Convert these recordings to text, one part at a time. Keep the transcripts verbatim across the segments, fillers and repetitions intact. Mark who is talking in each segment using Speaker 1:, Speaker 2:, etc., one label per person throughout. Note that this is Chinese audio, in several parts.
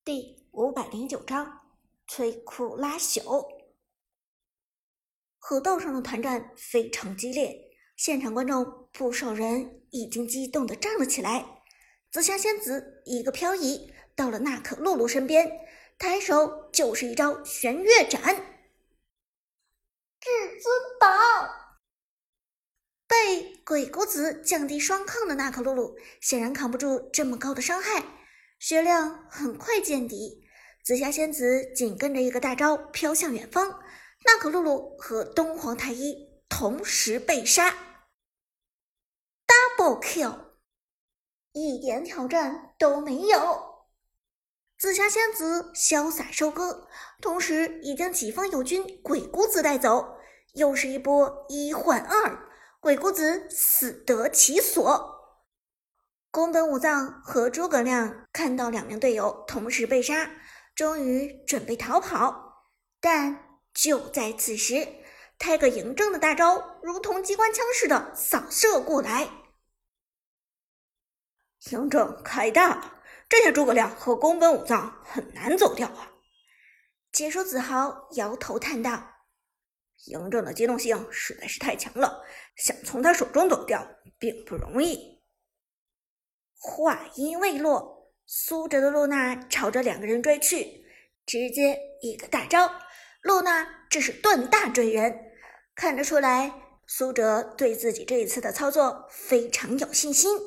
Speaker 1: 第五百零九章摧枯拉朽。河道上的团战非常激烈，现场观众不少人已经激动地站了起来。紫霞仙子一个漂移到了娜可露露身边，抬手就是一招玄月斩。
Speaker 2: 至尊宝！
Speaker 1: 被鬼谷子降低双抗的娜可露露显然扛不住这么高的伤害，血量很快见底。紫霞仙子紧跟着一个大招飘向远方，娜可露露和东皇太一同时被杀 ，double kill， 一点挑战都没有。紫霞仙子潇洒收割，同时已将己方友军鬼谷子带走，又是一波一换二，鬼谷子死得其所。宫本武藏和诸葛亮看到两名队友同时被杀，终于准备逃跑，但就在此时，泰戈嬴政的大招如同机关枪似的扫射过来。
Speaker 3: 嬴政开大了，这下诸葛亮和宫本武藏很难走掉啊。
Speaker 1: 解说子豪摇头叹道：
Speaker 3: 嬴政的机动性实在是太强了，想从他手中躲掉并不容易。
Speaker 1: 话音未落，苏哲的露娜朝着两个人追去，直接一个大招，露娜这是断大追人。看得出来，苏哲对自己这一次的操作非常有信心。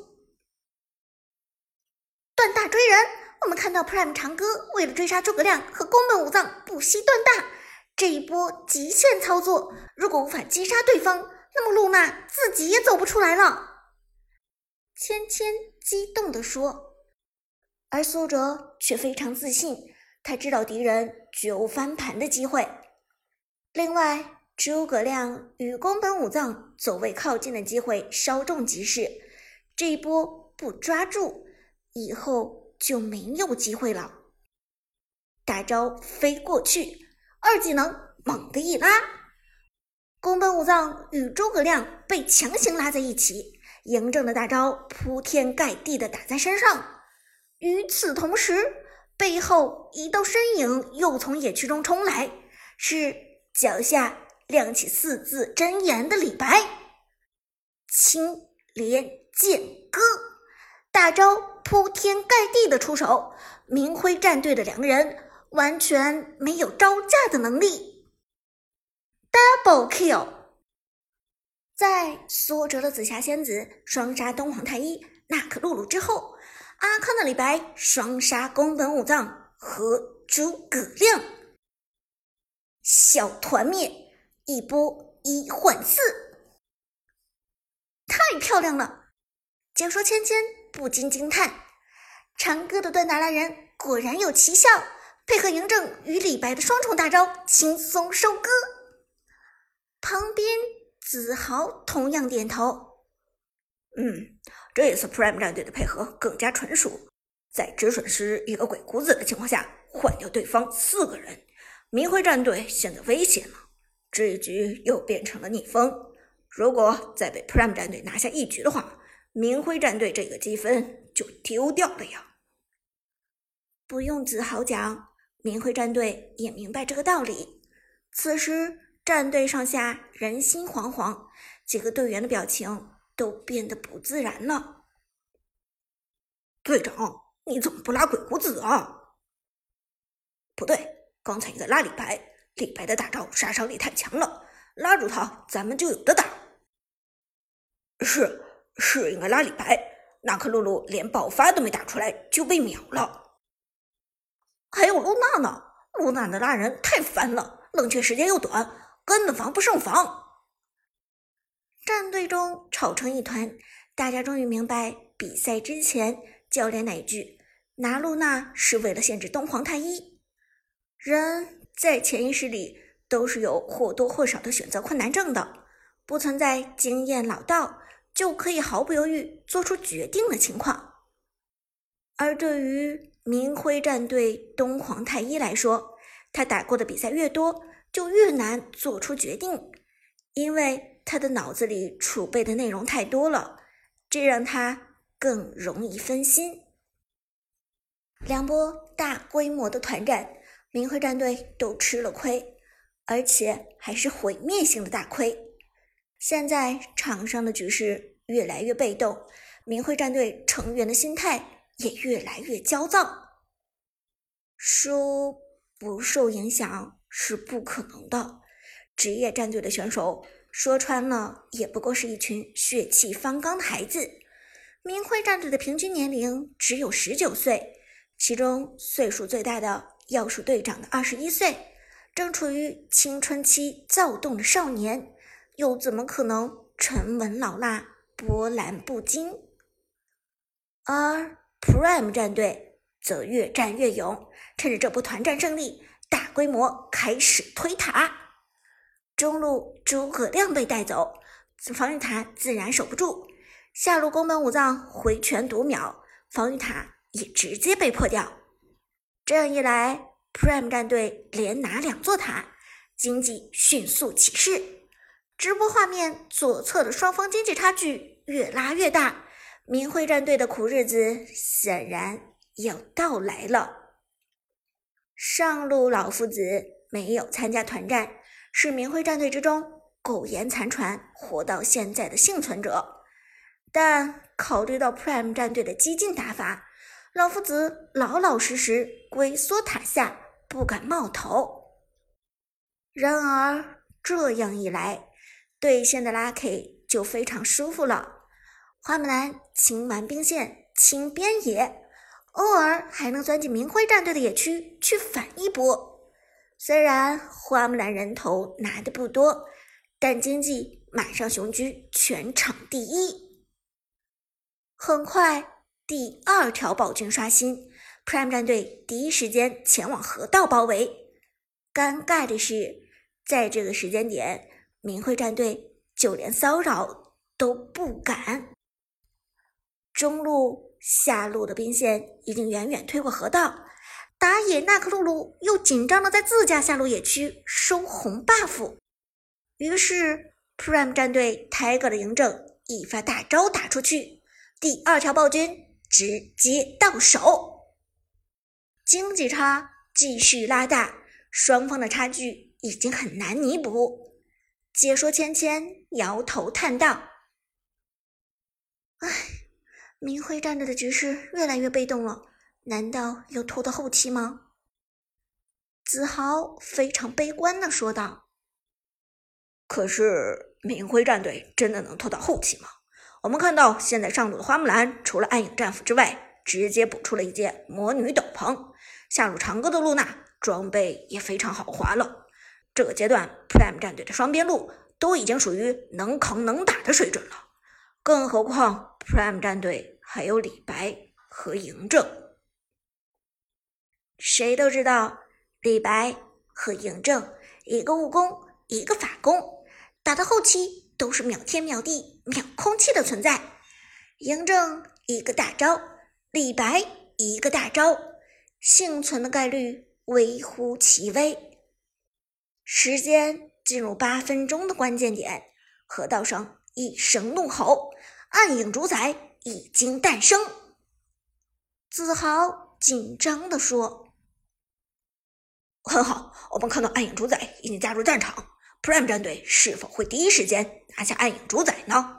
Speaker 1: 断大追人，我们看到 Prime 长歌为了追杀诸葛亮和宫本武藏不惜断大，这一波极限操作，如果无法击杀对方，那么露娜自己也走不出来了。芊芊激动地说，而苏哲却非常自信，他知道敌人绝无翻盘的机会。另外，诸葛亮与宫本武藏走位靠近的机会稍纵即逝，这一波不抓住，以后就没有机会了。大招飞过去，二技能猛地一拉，宫本武藏与诸葛亮被强行拉在一起，嬴政的大招铺天盖地地打在身上。与此同时，背后一道身影又从野区中冲来，是脚下亮起四字真言的李白。青莲剑歌，大招铺天盖地的出手，明辉战队的两个人完全没有招架的能力。 double kill。 在苏哲的紫霞仙子双杀东皇太一、娜可露露之后，阿康的李白双杀宫本武藏和诸葛亮，小团灭，一波一换四，太漂亮了！解说芊芊不禁惊叹，长歌的断打拉人果然有奇效，配合嬴政与李白的双重大招，轻松收割。旁边子豪同样点头，
Speaker 3: 嗯，这一次 Prime 战队的配合更加纯熟，在只损失一个鬼谷子的情况下，换掉对方四个人，明辉战队现在危险了，这一局又变成了逆风。如果再被 Prime 战队拿下一局的话，明辉战队这个积分就丢掉了呀。
Speaker 1: 不用子豪讲，明辉战队也明白这个道理。此时战队上下人心惶惶，几个队员的表情都变得不自然了。
Speaker 3: 队长，你怎么不拉鬼谷子啊？不对，刚才应该拉李白，李白的大招杀伤力太强了，拉住他咱们就有的打。是是应该拉李白，娜可露露连爆发都没打出来就被秒了。还有露娜呢，露娜的拉人太烦了，冷却时间又短，根本防不胜防。
Speaker 1: 战队中吵成一团，大家终于明白比赛之前教练那一句拿露娜是为了限制东皇太一。人在潜意识里都是有或多或少的选择困难症的，不存在经验老道就可以毫不犹豫做出决定的情况。而对于明辉战队东皇太一来说，他打过的比赛越多，就越难做出决定，因为他的脑子里储备的内容太多了，这让他更容易分心。 两波大规模的团战，明辉战队都吃了亏，而且还是毁灭性的大亏。现在场上的局势越来越被动，明辉战队成员的心态也越来越焦躁。说不受影响是不可能的，职业战队的选手说穿了也不过是一群血气方刚的孩子。明辉战队的平均年龄只有十九岁，其中岁数最大的要数队长的二十一岁，正处于青春期躁动的少年，又怎么可能沉稳老辣波澜不惊？而 Prime 战队则越战越勇，趁着这波团战胜利，大规模开始推塔。中路诸葛亮被带走，防御塔自然守不住，下路宫本武藏回拳读秒，防御塔也直接被破掉。这样一来 Prime 战队连拿两座塔，经济迅速起势。直播画面左侧的双方经济差距越拉越大，明辉战队的苦日子显然要到来了。上路老夫子没有参加团战，是明辉战队之中苟延残喘活到现在的幸存者，但考虑到 Prime 战队的激进打法，老夫子老老实实龟缩塔下，不敢冒头。然而这样一来，对线的 Lucky 就非常舒服了。花木兰清完兵线，清边野，偶尔还能钻进明辉战队的野区去反一波。虽然花木兰人头拿的不多，但经济马上雄居全场第一。很快，第二条暴君刷新 ，Prime 战队第一时间前往河道包围。尴尬的是，在这个时间点，明辉战队就连骚扰都不敢。中路、下路的兵线已经远远推过河道，打野纳克露露又紧张的在自家下路野区收红 buff。于是 Prime 战队 Tiger 的嬴政一发大招打出去，第二条暴君直接到手。经济差继续拉大，双方的差距已经很难弥补。解说芊芊摇头叹道：唉，明辉战队的局势越来越被动了，难道要拖到后期吗？子豪非常悲观地说道。
Speaker 3: 可是明辉战队真的能拖到后期吗？我们看到现在上路的花木兰除了暗影战斧之外，直接补出了一件魔女斗篷，下路长歌的露娜装备也非常豪华了。这个阶段 Prime 战队的双边路都已经属于能扛能打的水准了，更何况 Prime 战队还有李白和嬴政。
Speaker 1: 谁都知道李白和嬴政一个武功一个法功，打到后期都是秒天秒地秒空气的存在。嬴政一个大招，李白一个大招，幸存的概率微乎其微。时间进入八分钟的关键点，河道上一声怒吼，暗影主宰已经诞生。子豪紧张地说：
Speaker 3: 很好，我们看到暗影主宰已经加入战场， Prime 战队是否会第一时间拿下暗影主宰呢？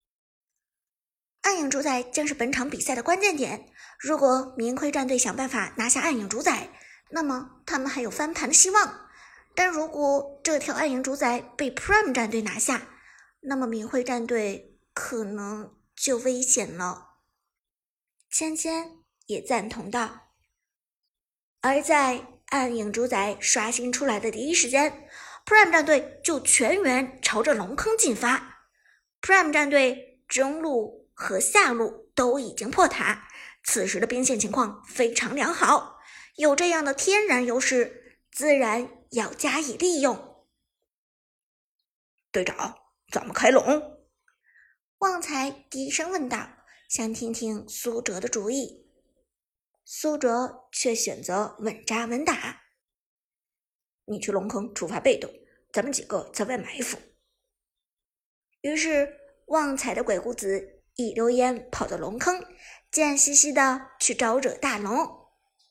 Speaker 1: 暗影主宰将是本场比赛的关键点，如果明辉战队想办法拿下暗影主宰，那么他们还有翻盘的希望。但如果这条暗影主宰被 Prime 战队拿下，那么明辉战队可能就危险了。芊芊也赞同道。而在暗影主宰刷新出来的第一时间， Prime 战队就全员朝着龙坑进发。Prime 战队中路和下路都已经破塔，此时的兵线情况非常良好，有这样的天然优势，自然要加以利用。
Speaker 3: 队长，咱们开龙？
Speaker 1: 旺财低声问道，想听听苏哲的主意。苏哲却选择稳扎稳打。
Speaker 3: 你去龙坑出发被动，咱们几个在外埋伏。
Speaker 1: 于是旺财的鬼谷子一溜烟跑到龙坑，贱兮兮的去招惹大龙。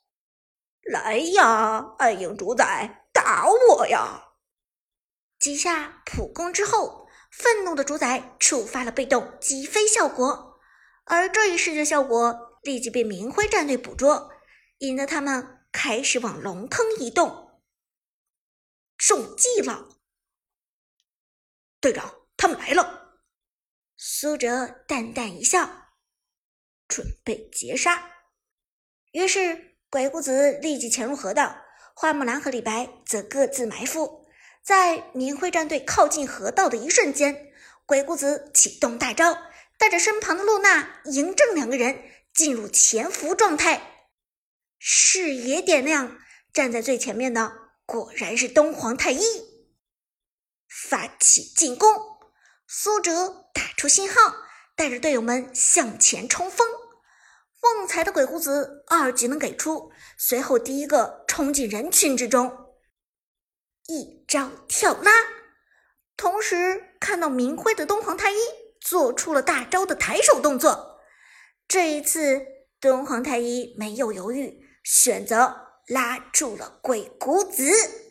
Speaker 3: 来呀，暗影主宰，打我呀！
Speaker 1: 几下普攻之后，愤怒的主宰触发了被动击飞效果，而这一视觉效果立即被明辉战队捕捉，引得他们开始往龙坑移动。中计了！
Speaker 3: 队长，他们来了！
Speaker 1: 苏哲淡淡一笑，
Speaker 3: 准备截杀。
Speaker 1: 于是鬼谷子立即潜入河道，花木兰和李白则各自埋伏。在明辉战队靠近河道的一瞬间，鬼谷子启动大招，带着身旁的露娜、嬴政两个人进入潜伏状态。视野点亮，站在最前面的果然是东皇太一。发起进攻，苏哲打出信号，带着队友们向前冲锋。旺财的鬼谷子二技能给出，随后第一个冲进人群之中，一招跳拉，同时看到明辉的东皇太一做出了大招的抬手动作。这一次东皇太一没有犹豫，选择拉住了鬼谷子。